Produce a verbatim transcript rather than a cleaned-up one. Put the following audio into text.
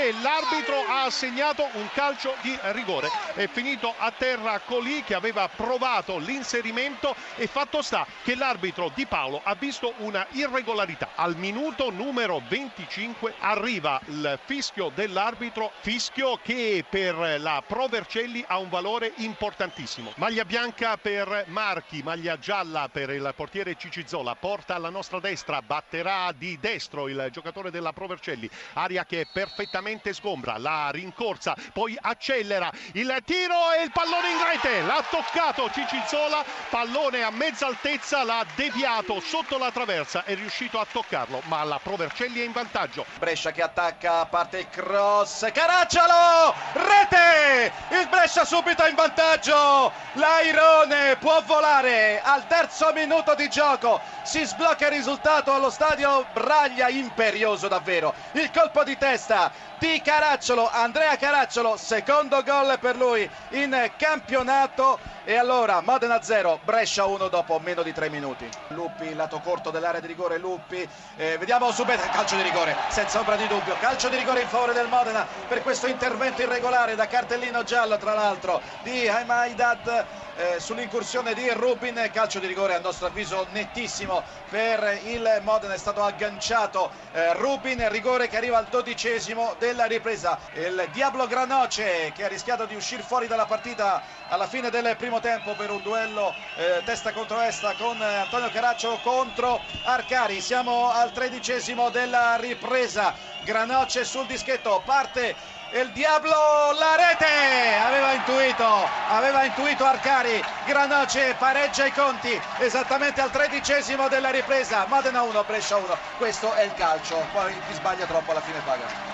che l'arbitro ha assegnato un calcio di rigore. È finito a terra Colì che aveva provato l'inserimento e fatto sta che l'arbitro Di Paolo ha visto una irregolarità. Al minuto numero venticinque arriva il fischio dell'arbitro, fischio che per la Pro Vercelli ha un valore importantissimo. Maglia bianca per Marchi, maglia gialla per il portiere Cicizzola, porta alla nostra destra, batterà di destro il giocatore della Pro Vercelli, aria che è perfettamente sgombra, la rincorsa, poi accelera, il tiro e il pallone in rete, l'ha toccato Cicizzola, pallone a mezza altezza, l'ha deviato sotto la traversa, è riuscito a toccarlo, ma la Pro Vercelli è in vantaggio. Brescia che attacca, parte il cross, Caracciolo, rete, il Brescia subito in vantaggio, l'Airone può volare al terzo minuto di gioco, si sblocca il risultato allo stadio Braglia, imperioso davvero, il colpo di testa di Caracciolo, Andrea Caracciolo, secondo gol per lui in campionato. E allora Modena zero, Brescia uno dopo meno di tre minuti. Luppi, lato corto dell'area di rigore, Luppi, eh, vediamo subito calcio di rigore, senza ombra di dubbio, calcio di rigore in favore del Modena per questo intervento irregolare da cartellino giallo tra l'altro di Haimaidad eh, sull'incursione di Rubin, calcio di rigore a nostro avviso nettissimo per il Modena, è stato agganciato eh, Rubin, rigore che arriva al dodicesimo della ripresa. Il Diablo Granoce che ha rischiato di uscire fuori dalla partita alla fine del primo tempo per un duello eh, testa contro testa con eh, Antonio Caracciolo contro Arcari. Siamo al tredicesimo della ripresa, Granoce sul dischetto, parte il Diablo, la rete, aveva intuito, aveva intuito Arcari, Granoce pareggia i conti esattamente al tredicesimo della ripresa, Modena uno, Brescia uno, questo è il calcio, poi chi sbaglia troppo alla fine paga.